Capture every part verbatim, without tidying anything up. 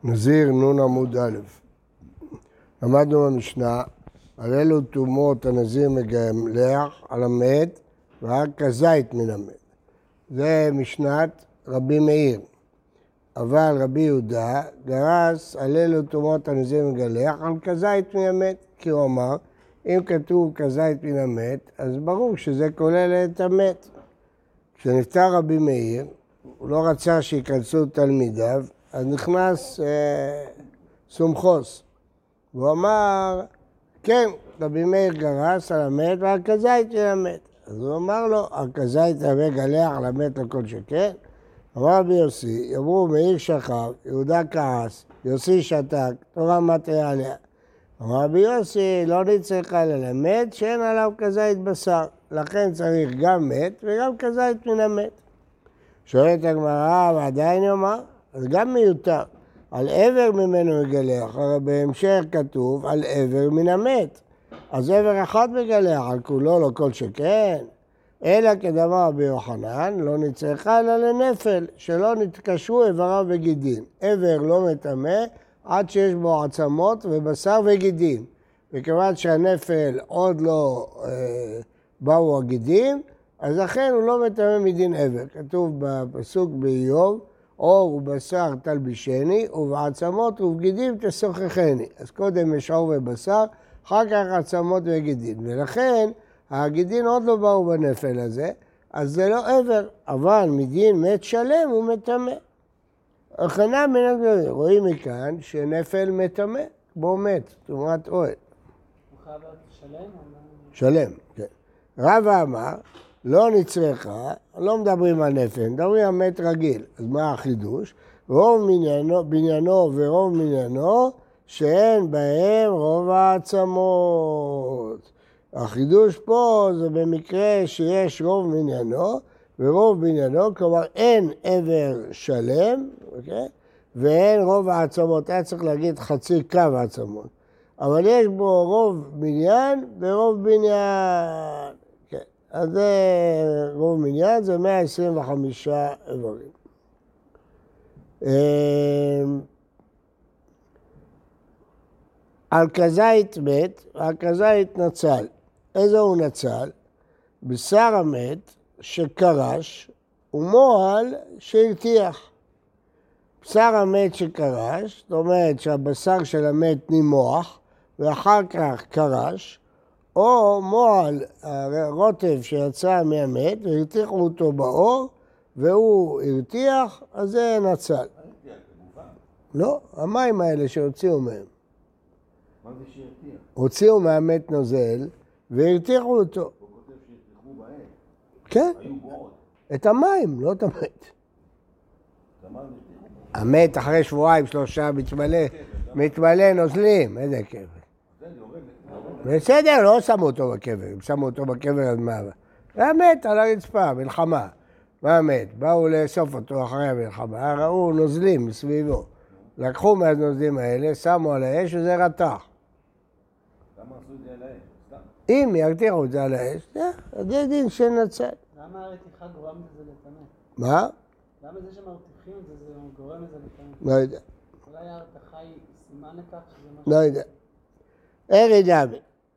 נזיר נון עמוד א'. למדנו במשנה, על אלו תומות הנזיר מגלח על המת ורק כזית מן המת. זה משנת רבי מאיר. אבל רבי יהודה גרס על אלו תומות הנזיר מגלח על כזית מן המת, כי הוא אמר, אם כתוב כזית מן המת, אז ברור שזה כולל את המת. כשנפטר רבי מאיר, הוא לא רצה שיכנסו תלמידיו, אז נכנס אה, סומכוס. והוא אמר, כן, רבי מאיר גרס על המת ועל כזית מן המת. אז הוא אמר לו, על כזית הווה גלח על המת לכל שכן. אמר רבי יוסי, יאמרו מאיר שכב, יהודה כעס, יוסי שתק, תורה מטעה עליה. אמר רבי יוסי, לא נצטרך ללמד שאין עליו כזית בשר, לכן צריך גם מת וגם כזית מן המת. שואלת הגמרא, ועדיין יאמר, אז גם מיותר. על עבר ממנו מגלח, הרי בהמשך כתוב על עבר מן המת. אז עבר אחד מגלח, על כולו לא כל שכן. אלא כדבר רבי יוחנן, לא נצטרכה אלא לנפל, שלא נתקשרו איבריו וגידים. עבר לא מטמא עד שיש בו עצמות ובשר וגידים. וכיוון שהנפל עוד לא אה, באו הגידים, אז לכן הוא לא מטמא מדין עבר. כתוב בפסוק באיוב, עור ובשר תלבישני, ובעצמות ובגידים תשוחחני. אז קודם יש עור ובשר, אחר כך עצמות וגידים. ולכן הגידים עוד לא באו בנפל הזה, אז זה לא עבר, אבל מדין מת שלם הוא מטמא. הכנה מן הגדולים, רואים מכאן שנפל מטמא, בו מת, תאומת אוהל. הוא חייב להיות שלם? שלם, כן. רבא אמר, לא נצרכה, לא מדברים על נפל, מדברים על מת רגיל. אז מה החידוש? רוב בניינו, בניינו ורוב בניינו, שאין בהם רוב העצמות. החידוש פה זה במקרה שיש רוב בניינו, ורוב בניינו, כלומר אין עבר שלם, אוקיי? ואין רוב העצמות, היה צריך להגיד חצי קו העצמות. אבל יש בו רוב בניין ורוב בניין. כן. אז זה רוב בניין, זה מאה עשרים וחמישה איברים. על כזית מת, על כזית נצל. איזה הוא נצל? בשר המת שקרש ומועל שהרתיח. בשר המת שקרש, זאת אומרת שהבשר של המת נימוח ואחר כך קרש, או מועל הרוטב שיצא מהמת והרתיחו אותו באור והוא הרתיח, אז זה נצל. לא, המים האלה שהוציאו מהם. מה זה שהרתיח? הוציאו מהמת נוזל והרתיחו אותו. הוא כותב שהרתיחו בהם. כן. היו בועות. את המים, לא את המת. את המים הרתיחו. המת אחרי שבועיים, שלושה, מתמלא, מתמלא נוזלים, איזה קבר. בסדר, לא שמו אותו בקבר, הם שמו אותו בקבר אז מה? והמת על הרצפה, מלחמה. מה המת? באו לאסוף אותו אחרי המלחמה, ראו נוזלים מסביבו. לקחו מהנוזלים האלה, שמו על האש וזה רתח. למה עשו את זה על האש? סתם. אם ירתיחו את זה על האש, זה דין של נצל. למה הרתיחה גורמת לזה לטמא? מה? למה זה שמרתיחים את זה, זה גורם לזה לטמא? לא יודע. אולי ההרתחה היא סימן לכך שזה משהו... לא יודע. ארי דמי.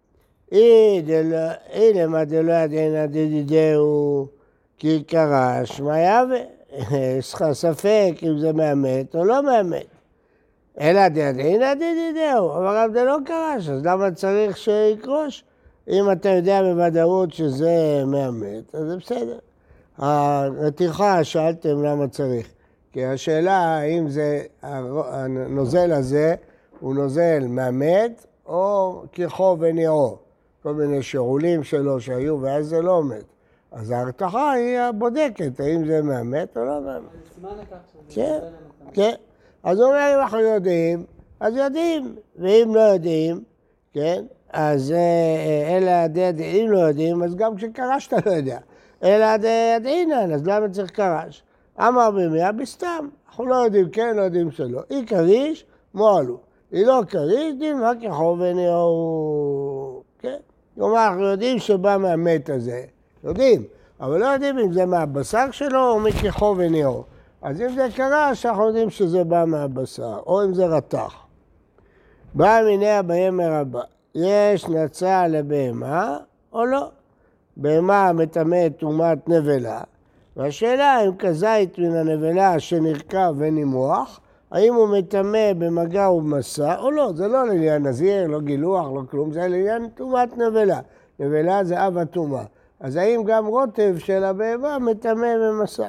אי למה דלא ידענה דדידהו כי קרש, מה יהווה? יש לך ספק אם זה מהמת או לא מהמת. אלא דדידנה דדידהו, אבל גם זה לא קרש, אז למה צריך שיקרוש? אם אתה יודע בוודאות שזה מהמת, אז זה בסדר. הרתיחה, שאלתם למה צריך. כי השאלה האם זה, הנוזל הזה הוא נוזל מהמת או כיחו וניעו. כל מיני שיעולים שלו שהיו ואז זה לא מת. אז ההרתחה היא הבודקת, האם זה מהמת או לא מהמת. זה סימן לכך שזה... כן, כן. אז הוא אומר, אם אנחנו יודעים, אז יודעים. ואם לא יודעים, כן, אז אלא הדד, אם לא יודעים, אז גם כשקרש אתה לא יודע. אלא הדעינן, אז למה צריך קרש? אמר במאה בסתם. אנחנו לא יודעים כן, לא יודעים שלא. היא קריש, מועלו. היא לא קריש, דין מה כחו ונראו. כן? כלומר, אנחנו יודעים שבא מהמת הזה. יודעים. אבל לא יודעים אם זה מהבשר שלו או מכחו ונראו. אז אם זה קרה, שאנחנו יודעים שזה בא מהבשר, או אם זה רתח. בא מיני הבהמה הבא, יש נצל לבהמה או לא? בהמה מטמא טומאת נבלה, והשאלה אם כזית מן הנבלה שנרכב ונימוח, האם הוא מטמא במגע ובמסע או לא, זה לא לעניין נזיר, לא גילוח, לא כלום, זה לעניין טומאת נבלה. נבלה זה אב הטומאה. אז האם גם רוטב של הבהמה מטמא במסע?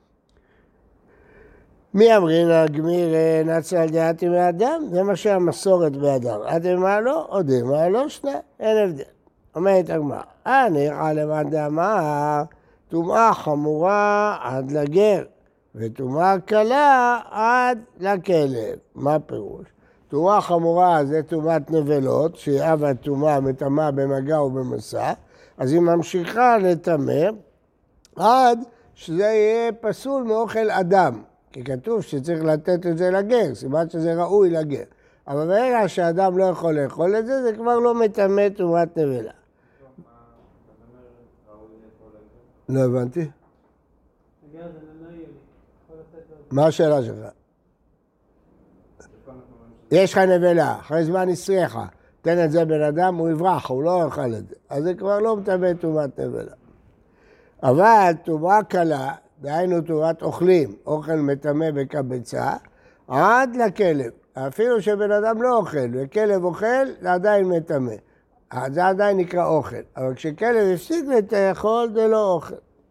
מי אמרינא גמיר נצל דעתי מאדם? זה מה שהמסורת באדם. אדמה לא, או דמה לא, שני, אין הבדל. אומרת הגמרא, אני למאן דאמר, טומאה חמורה עד לגר, וטומאה קלה עד לכלב. מה הפירוש? טומאה חמורה זה טומאת נבלות, שהיא אב הטומאה מטמאה במגע ובמסע, אז היא ממשיכה לטמא עד שזה יהיה פסול מאוכל אדם. כי כתוב שצריך לתת את זה לגר, סימן שזה ראוי לגר. אבל ברגע שהאדם לא יכול לאכול את זה, זה כבר לא מטמא טומאת נבלה. לא הבנתי. מה השאלה שלך? יש לך נבלה, אחרי זמן הסריחה, תן את זה בן אדם, הוא יברח, הוא לא יאכל את זה. אז זה כבר לא מטמא טומאת נבלה. אבל טומאה קלה, דהיינו טומאת אוכלים, אוכל מטמא בקבצה, עד לכלב. אפילו שבן אדם לא אוכל, וכלב אוכל, זה עדיין מטמא. זה עדיין נקרא אוכל. אבל כשכלב הפסיק לאכול, זה לא אוכל.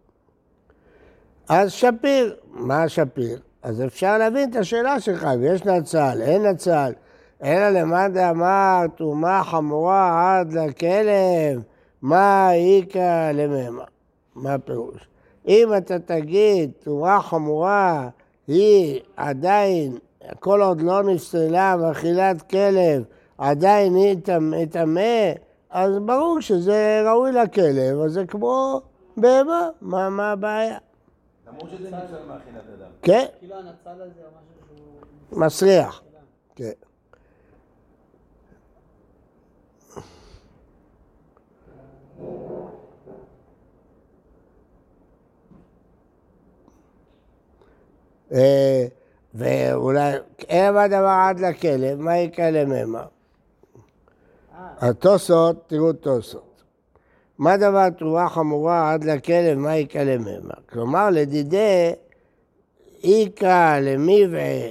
אז שפיר. מה שפיר? אז אפשר להבין את השאלה שלך, אם יש נצל, אין נצל, אלא למאן דאמר, טומאה חמורה עד לכלב, מה איכא למהמה? מה הפירוש? אם אתה תגיד, טומאה חמורה היא עדיין, כל עוד לא נפסלה מאכילת כלב, עדיין היא טמא, אז ברור שזה ראוי לכלב, אז זה כמו בהמה, מה, מה הבעיה? למרות שזה נפסל מאכילת אדם. כן? כאילו הנצל הזה או משהו שהוא... מסריח. כן. ואולי, אין הדבר עד לכלב, מה יקרה למהמה? התוסות, תראו תוסות. מה דבר טומאה חמורה עד לכלב, מה יקרה למהמה? כלומר, לדידי, איקרא למיבעי,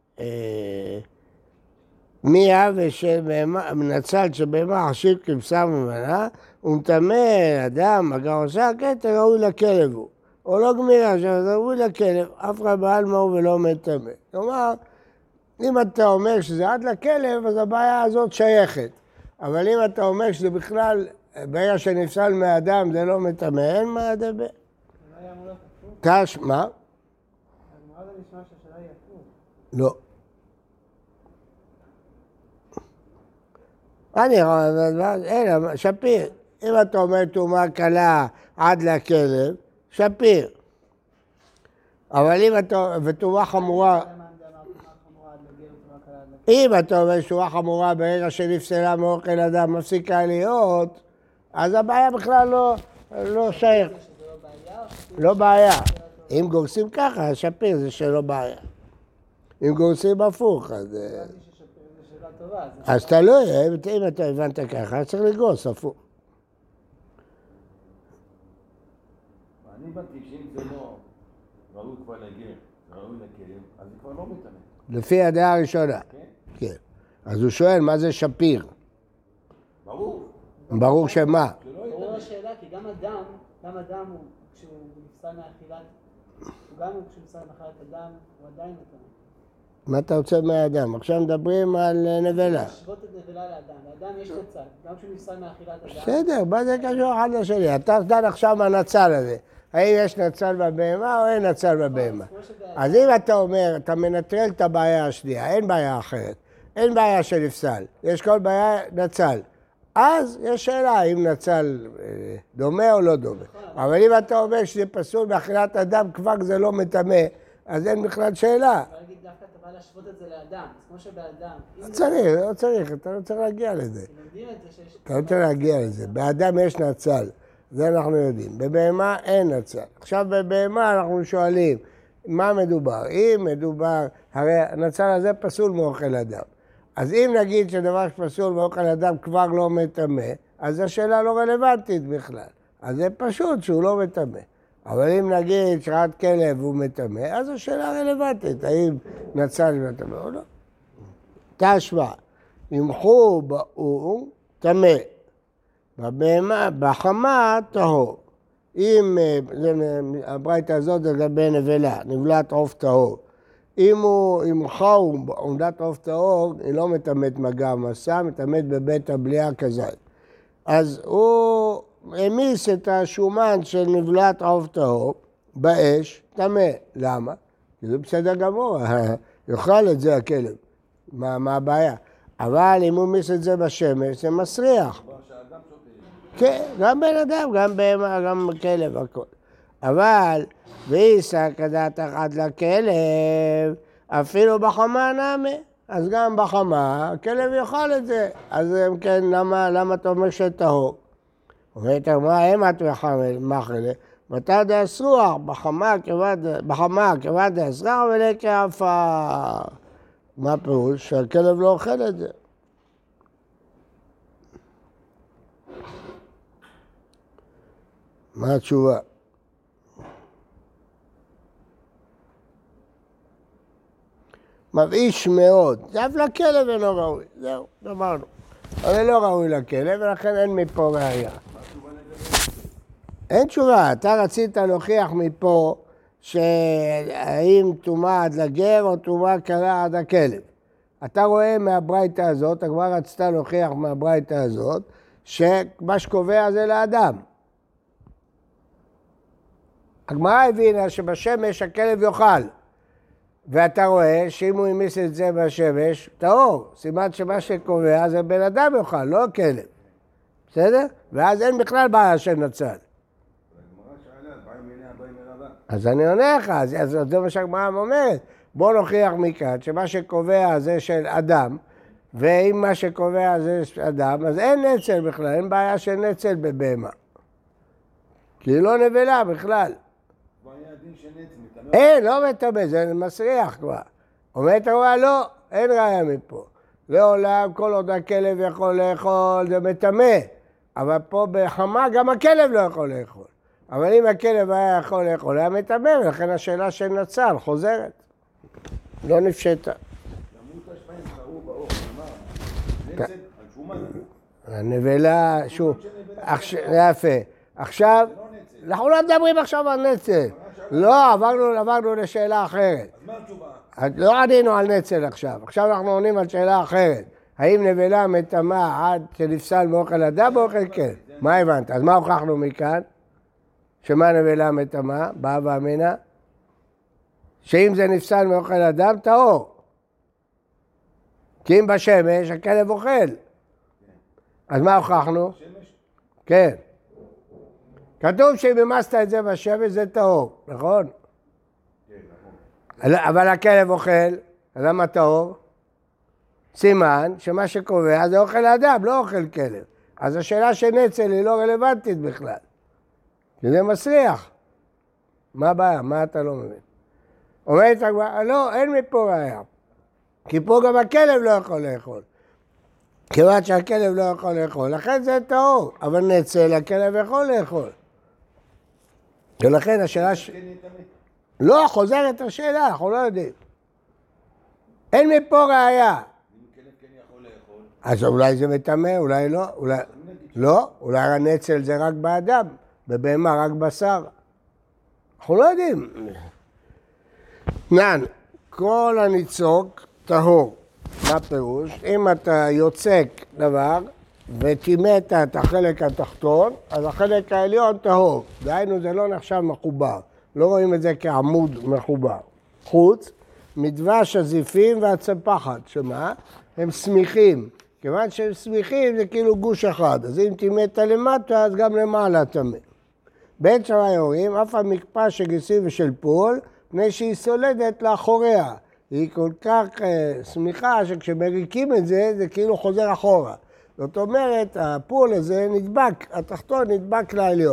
מי הווה של בהמה, מנצל של בהמה, חשיב כבשר ממנה, ומטמא אדם, מגע עושה, כתר ראוי לכלב הוא. או לא גמירה, שזה ראוי לכלב, אף אחד בעלמא הוא ולא מטמא. כלומר, אם אתה אומר שזה עד לכלב, אז הבעיה הזאת שייכת. אבל אם אתה אומר שזה בכלל, ברגע שנפסל מהאדם זה לא מטמא, אין מה לדבר. זה לא היה אמור להיות הפוך? תש, מה? אז מה זה נשמע שהשאלה היא הפוך? לא. אני רואה, אין, שפיר. אם אתה אומר טומאה קלה עד לכלב, שפיר. אבל אם אתה, וטומאה חמורה, אם אתה אומר טומאה חמורה ברגע שנפסלה מאוכל אדם מפסיקה להיות, אז הבעיה בכלל לא, לא שייך. לא בעיה. אם גורסים ככה, שפיר זה שלא בעיה. אם גורסים הפוך, אז... אז תלוי, אם אתה הבנת ככה, צריך לגרוס הפוך. אני הבנתי שאם זה לא ראוי כבר לגר, ראוי לכלב, אז זה כבר לא מטמא. לפי הדעה הראשונה. כן? כן. אז הוא שואל, מה זה שפיר? ברור. ברור שמה? ברור השאלה, כי גם אדם, גם אדם הוא, כשהוא נפסל מאכילת, גם כשהוא נפסל מאכילת אדם, הוא עדיין מטמא. מה אתה רוצה מהאדם? עכשיו מדברים על נבלה. להשוות את נבלה לאדם. לאדם יש נצל, גם כשהוא נפסל מאכילת אדם. בסדר, מה זה קשור אחד לשני? אתה דן עכשיו מהנצל הזה. האם יש נצל בבהמה או אין נצל בבהמה? אז אם אתה אומר, אתה מנטרל את הבעיה השנייה, אין בעיה אחרת. אין בעיה שנפסל, יש כל בעיה נצל. אז יש שאלה האם נצל דומה או לא דומה. אבל אם אתה אומר שזה פסול מאכילת אדם, כבר זה לא מטמא, אז אין בכלל שאלה. אפשר להגיד דווקא אתה בא להשוות את זה לאדם, כמו שבאדם. לא צריך, לא צריך, אתה לא צריך להגיע לזה. לומדים את זה שיש... אתה לא צריך להגיע לזה. באדם יש נצל, זה אנחנו יודעים. בבהמה אין נצל. עכשיו בבהמה אנחנו שואלים, מה מדובר? אם מדובר, הרי הנצל הזה פסול מאוכל אדם. אז אם נגיד שדבר שפסול מאוכל אדם כבר לא מטמא, אז השאלה לא רלוונטית בכלל. אז זה פשוט שהוא לא מטמא. אבל אם נגיד שרעת כלב הוא מטמא, אז השאלה רלוונטית, האם נצל מטמא או לא. תשמע, ימחו באור טמא, בבהמה, בחמה טהור. אם, הברייתא הזאת זה לגבי נבלה, נבלת עוף טהור. אם הוא ימחו בעומדת עוף טהור, היא לא מטמאת מגע מסע, מטמאת בבית הבליעה כזית. אז הוא המיס את השומן של נבלת עוף טהור באש, טמא. למה? כי זה בסדר גמור, יאכל את זה הכלב. מה, מה הבעיה? אבל אם הוא מיס את זה בשמש, זה מסריח. כן, גם בן אדם, גם בהמה, גם כלב, הכל. אבל, ואיסא כדת אחת לכלב, אפילו בחמה נמי. אז גם בחמה, הכלב יאכל את זה. אז אם כן, למה, למה אתה אומר שטהור? אומרת, מה המת מחלה? מתי דאסרוח? בחמה כבד, בחמה כבד דאסרח ולקה עפר. מה הפירוש? שהכלב לא אוכל את זה. מה התשובה? מבאיש מאוד, זה אף לכלב אינו ראוי, זהו, אמרנו. אבל לא ראוי לכלב, ולכן אין מפה ראייה. אין תשובה, אתה רצית להוכיח מפה שהאם טומאה עד לגר או טומאה קרה עד הכלב. אתה רואה מהברייתא הזאת, אתה כבר רצית להוכיח מהברייתא הזאת, שמה שקובע זה לאדם. הגמרא הבינה שבשמש הכלב יאכל, ואתה רואה שאם הוא ימיס את זה בשמש, טהור. סימן שמה שקובע זה בן אדם יאכל, לא כלב. בסדר? ואז אין בכלל בעיה של נצל. אז אני עונה לך, אז זה מה שהגמרא אומרת. בוא נוכיח מכאן שמה שקובע זה של אדם, ואם מה שקובע זה של אדם, אז אין נצל בכלל, אין בעיה של נצל בבהמה. כי היא לא נבלה בכלל. אין, לא מטמא, זה מסריח כבר. אומרת הרב, לא, אין ראיה מפה. לעולם כל עוד הכלב יכול לאכול זה מטמא, אבל פה בחמה גם הכלב לא יכול לאכול. אבל אם הכלב היה יכול לאכול, היה מטמא, ולכן השאלה של נצל חוזרת. לא נפשטה. הנבלה, שוב, יפה. עכשיו, אנחנו לא מדברים עכשיו על נצל. לא, עברנו לשאלה אחרת. אז מה התשובה? לא ענינו על נצל עכשיו. עכשיו אנחנו עונים על שאלה אחרת. האם נבלה מטמאה עד שנפסל מאוכל אדם או אוכל כן? מה הבנת? אז מה הוכחנו מכאן? שמה נבלה מטמאה? באה ואמינה? שאם זה נפסל מאוכל אדם, טהור. כי אם בשמש, הכלב אוכל. אז מה הוכחנו? כן. כתוב שאם המסת את זה בשמש זה טהור, נכון? אבל הכלב אוכל, למה טהור? סימן שמה שקובע זה אוכל אדם, לא אוכל כלב. אז השאלה של נצל היא לא רלוונטית בכלל. כי זה מסריח. מה הבעיה? מה אתה לא מבין? אומרת הגמרא, לא, אין מפה ראיה. כי פה גם הכלב לא יכול לאכול. כיוון שהכלב לא יכול לאכול, לכן זה טהור. אבל נצל, הכלב יכול לאכול. ולכן השאלה ש... לא, חוזרת השאלה, אנחנו לא יודעים. אין מפה ראיה. אם כלב כן יכול לאכול. אז אולי זה מטמא, אולי לא. אולי... לא, אולי הנצל זה רק באדם, בבהמה רק בשר. אנחנו לא יודעים. נען, כל הניצוק טהור. מה פירוש? אם אתה יוצק דבר וטימאת את החלק התחתון, אז החלק העליון טהור. דהיינו זה לא נחשב מחובר. לא רואים את זה כעמוד מחובר. חוץ, מדבש הזיפים והצפחת, שמה? הם סמיכים. כיוון שהם סמיכים זה כאילו גוש אחד. אז אם טימאת למטה, אז גם למעלה טמא. בית שמאי אומרים, אף המקפא של גיסים ושל פול, פני שהיא סולדת לאחוריה. היא כל כך סמיכה שכשמריקים את זה, זה כאילו חוזר אחורה. זאת אומרת, הפול הזה נדבק, התחתון נדבק לעליון.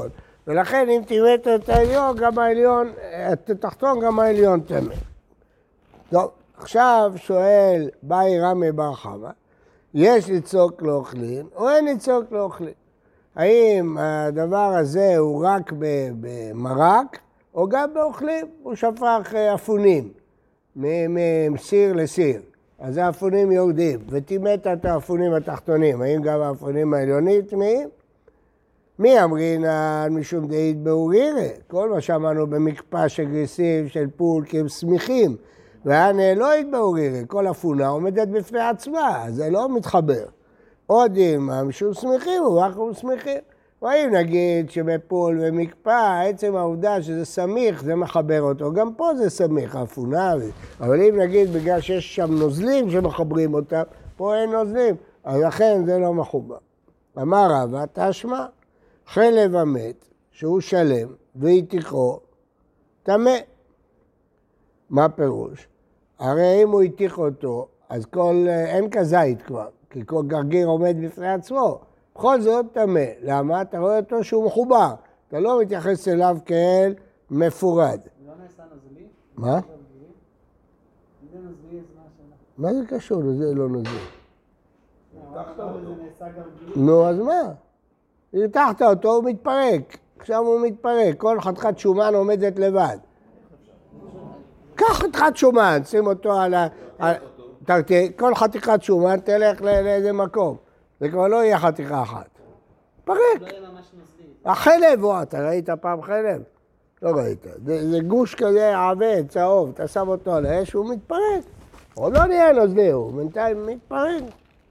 ולכן אם טימאת את העליון, גם העליון, את התחתון, גם העליון טמא. טוב, עכשיו שואל באי רמי בר חמא, יש ליצוק לאוכלין או אין ליצוק לאוכלין? האם הדבר הזה הוא רק במרק או גם באוכלים? הוא שפך אפונים מסיר לסיר, אז האפונים יורדים, וטימאת את האפונים התחתונים, האם גם האפונים העליונים טמאים? מי אמרינן משום דאית באורירה? כל מה שאמרנו במקפא של גריסים, של פול, כי הם סמיכים. והנה לא התבאורירה, כל אפונה עומדת בפני עצמה, אז זה לא מתחבר. עוד אם משום סמיכים, הוא רק הוא סמיכים. ואם נגיד שבפול ומקפא, עצם העובדה שזה סמיך, זה מחבר אותו. גם פה זה סמיך, האפונה. אבל אם נגיד בגלל שיש שם נוזלים שמחברים אותם, פה אין נוזלים, אז לכן זה לא מחובר. אמר רבא, תשמע, חלב המת, שהוא שלם, והתיכו, טמא. מה פירוש? הרי אם הוא התיך אותו, אז כל, אין כזית כבר, כי כל גרגיר עומד בפני עצמו. בכל זאת טמא. למה? אתה רואה אותו שהוא מחובר. אתה לא מתייחס אליו כאל מפורד. לא נעשה נוזלי? מה? אם זה נוזלי, אז מה השאלה? מה זה קשור לזה לא נוזלי? אבל זה נעשה גרגיל. נו, אז מה? התחת אותו, הוא מתפרק. עכשיו הוא מתפרק. כל חתיכת שומן עומדת לבד. קח חתיכת שומן, שים אותו על ה... כל חתיכת שומן תלך לאיזה מקום. זה כבר לא יהיה חתיכה אחת. פרק. לא יהיה ממש נוזלי. החלב, או, אתה ראית פעם חלב? לא ראית. זה, זה גוש כזה עבה, צהוב, אתה שם אותו על האש, הוא מתפרק. עוד לא נהיה נוזלי, הוא בינתיים מתפרק.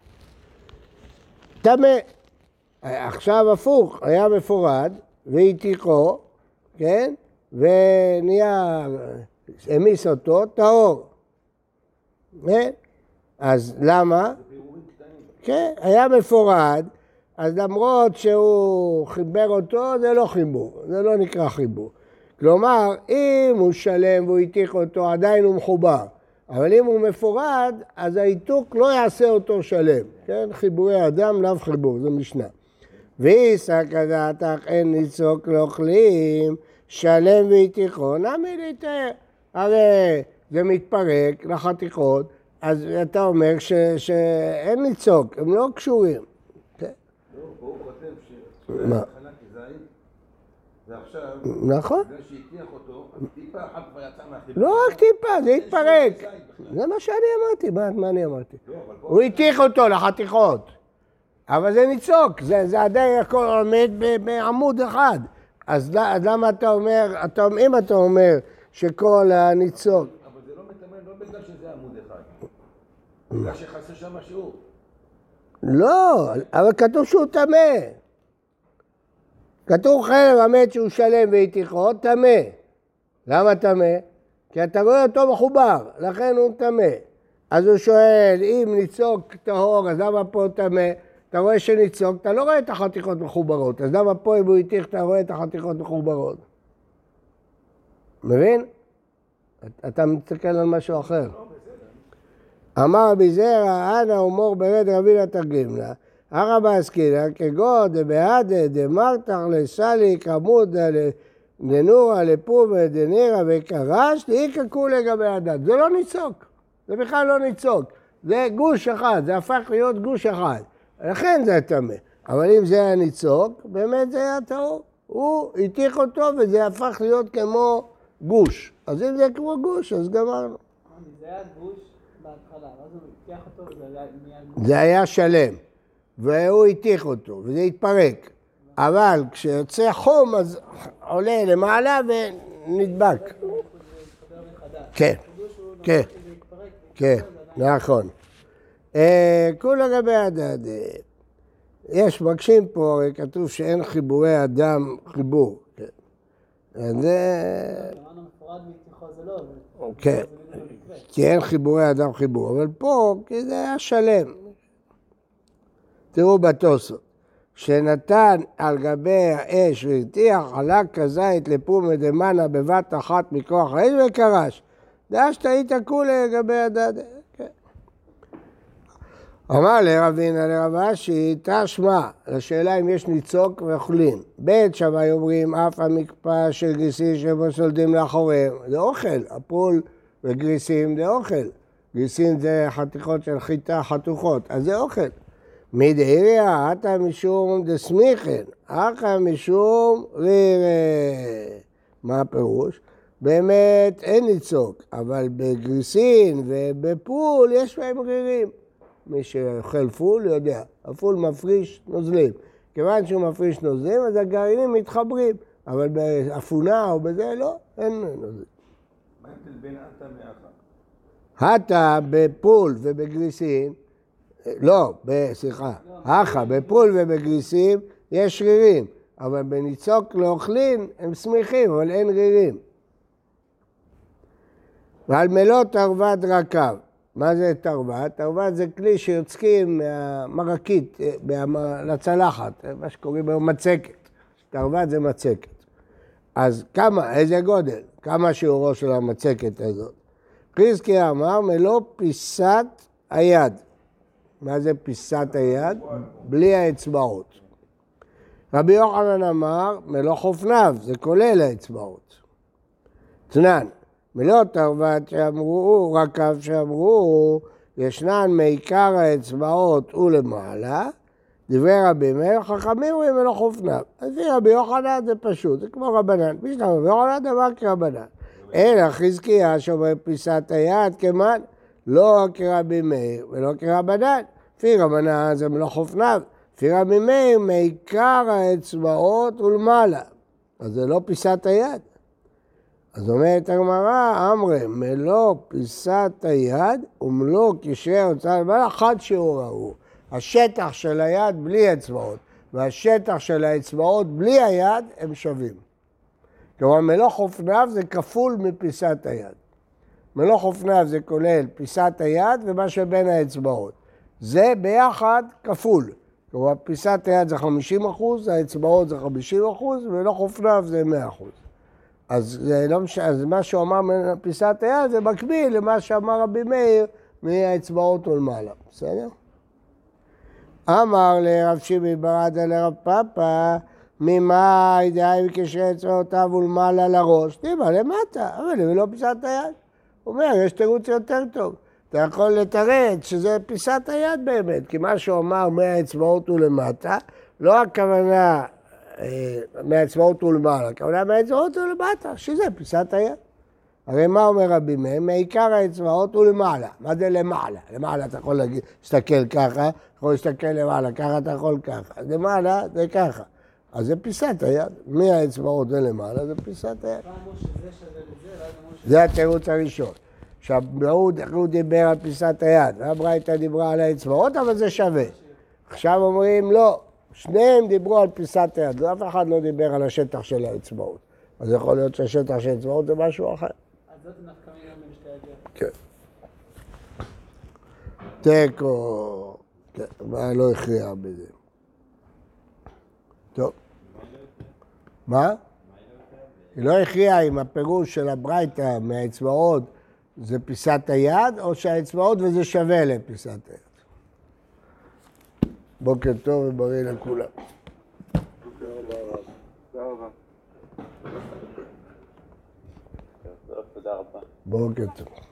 טמא. עכשיו הפוך, היה מפורד, והתיכו, כן? ונהיה, המיס אותו, טהור. כן? אז למה? כן, היה מפורד, אז למרות שהוא חיבר אותו, זה לא חיבור, זה לא נקרא חיבור. כלומר, אם הוא שלם והוא התיך אותו, עדיין הוא מחובר. אבל אם הוא מפורד, אז ההיתוק לא יעשה אותו שלם. כן? חיבורי אדם לאו חיבור, זה משנה. ואיסא כדעתך אין ליצוק לאוכלים, שלם והתיכו, נמי להתאר. הרי זה מתפרק לחתיכות, אז אתה אומר ש, שאין ליצוק, הם לא קשורים. לא, פה הוא כותב שהוא מה? היה התחלה כזית, ועכשיו, נכון. בגלל שהתיח אותו, אז טיפה אחת כבר יצא מהחיבור. לא רק טיפה, זה התפרק. זה מה שאני אמרתי, מה, מה אני אמרתי? הוא התיך אותו לחתיכות, אבל זה ניצוק, זה, זה עדיין הכל עומד בעמוד אחד. אז, אז למה אתה אומר, אתה, אם אתה אומר שכל הניצוק... אבל זה לא מתאמן, לא בגלל שזה עמוד אחד. בגלל שחסר שם שיעור. לא, אבל כתוב שהוא טמא. כתוב חלב המת שהוא שלם והתיכו, טמא. למה טמא? כי אתה רואה אותו מחובר, לכן הוא טמא. אז הוא שואל, אם ניצוק טהור, אז למה פה טמא? אתה רואה שניצוק, אתה לא רואה את החתיכות מחוברות. אז למה פה אם הוא התיך, אתה רואה את החתיכות מחוברות? מבין? אתה מסתכל על משהו אחר. אמר בזרע, אנא ומור ברד רבינה תרגימנה. הרבה עסקינא, כגון דבהדה דמרתח לסליק עמודה דנורה לפומה דנירה וקרש, לאיקא כולי לגבי הדת. זה לא ניצוק, זה בכלל לא ניצוק. זה גוש אחד, זה הפך להיות גוש אחד. לכן זה טמא. אבל אם זה היה ניצוק, באמת זה היה טהור. הוא התיך אותו וזה הפך להיות כמו גוש. אז אם זה כמו גוש, אז גמרנו. זה היה גוש בהתחלה, אז הוא התיח אותו וזה היה מיד... זה היה שלם, והוא התיך אותו, וזה התפרק. אבל כשיוצא חום, אז עולה למעלה ונדבק. כן, כן, כן, נכון. כולה לגבי הדת. יש מקשים פה, כתוב שאין חיבורי אדם חיבור. זה... אמרנו מפורד והתיכו זה לא, כן, כי אין חיבורי אדם חיבור, אבל פה, כי זה היה שלם. תראו בתוספות, שנתן על גבי האש והרתיח, עלה כזית לפומה דמנה בבת אחת מכוח האש וקרש. דאשת היית כולה לגבי הדת. אמר לרבינה לרב אשי, תשמע, לשאלה אם יש ניצוק ואוכלים. בית שמאי אומרים, אף המקפא של גריסים שבו סולדים לאחוריהם. זה אוכל, הפול וגריסים זה אוכל. גריסים זה חתיכות של חיטה חתוכות, אז זה אוכל. מדעיריה, עתה משום דסמיכן, אחא משום רירה. מה הפירוש? באמת אין ניצוק, אבל בגריסין ובפול יש בהם רירים. מי שאוכל פול יודע, הפול מפריש נוזלים. כיוון שהוא מפריש נוזלים, אז הגרעינים מתחברים, אבל באפונה או בזה לא, אין נוזלים. מה ההבדל בין עתה מאחה? עתה בפול ובגריסין, לא, סליחה, אחא, בפול ובגריסים יש שרירים, אבל בניצוק לאוכלין הם סמיכים, אבל אין רירים. ועל מלות תרוות רקב. מה זה תרוות? תרוות זה כלי שיוצקים מהמרקית לצלחת, מה שקוראים היום מצקת. תרוות זה מצקת. אז כמה, איזה גודל? כמה שיעורו של המצקת הזאת? חזקיה אמר, מלוא פיסת היד. מה זה פיסת היד? בלי האצבעות. רבי יוחנן אמר, מלוא חופניו, זה כולל האצבעות. תנן. מלוא תרוות שאמרו, רקב שאמרו, ישנן מעיקר האצבעות ולמעלה, דברי רבי מאיר, חכמים אומרים מלוא חופניו. אז לפי רבי יוחנן זה פשוט, זה כמו רבנן. מי שאתה רבי יוחנן דבר כרבנן. אלא חזקיה שאומר פיסת היד כמן, לא כרבי מאיר ולא כרבנן. לפי רבנן זה מלוא חופניו. לפי רבי מאיר מעיקר האצבעות ולמעלה. אז זה לא פיסת היד. אז אומרת הגמרא, אמרי, מלוא פיסת היד ומלוא קשרי ההוצאה למעלה, חד שיעור ההוא. השטח של היד בלי אצבעות, והשטח של האצבעות בלי היד הם שווים. כלומר, מלוא חופניו זה כפול מפיסת היד. מלוא חופניו זה כולל פיסת היד ומה שבין האצבעות. זה ביחד כפול. כלומר, פיסת היד זה חמישים אחוז, האצבעות זה חמישים אחוז, ומלוא חופניו זה מאה אחוז. אז, זה לא מש... אז מה שהוא אמר מפיסת היד זה מקביל למה שאמר רבי מאיר מהאצבעות ולמעלה. בסדר? אמר לרב שימי ברדה לרב פאפא, ממאי דהי בקשרי אצבעותיו ולמעלה לראש, תימא למטה, אבל זה לא פיסת היד. הוא אומר, יש תירוץ יותר טוב. אתה יכול לתרץ שזה פיסת היד באמת, כי מה שהוא אמר מהאצבעות ולמטה, לא הכוונה מהאצבעות ולמעלה, הכוונה מהאצבעות ולמטה, שזה פיסת היד. הרי מה אומר רבי מאיר? מעיקר האצבעות ולמעלה. מה זה למעלה? למעלה אתה יכול להסתכל ככה, יכול להסתכל למעלה, ככה אתה יכול ככה. אז למעלה זה ככה. אז זה פיסת היד. מהאצבעות ולמעלה זה פיסת היד. זה התירוץ הראשון. עכשיו, הוא דיבר על פיסת היד, והברייתא דיברה על האצבעות, אבל זה שווה. עכשיו אומרים לא. שניהם דיברו על פיסת היד, אף אחד לא דיבר על השטח של האצבעות. אז יכול להיות שהשטח של האצבעות זה משהו אחר. אז זאת נפקא מינה בין שתי הדעות. כן. תיקו, כן, מה לא הכריע בזה. טוב. מה? היא לא הכריעה אם הפירוש של הברייתא מהאצבעות זה פיסת היד, או שהאצבעות וזה שווה לפיסת היד. בוקר טוב ובריא לכולם. תודה רבה. תודה רבה. בוקר טוב.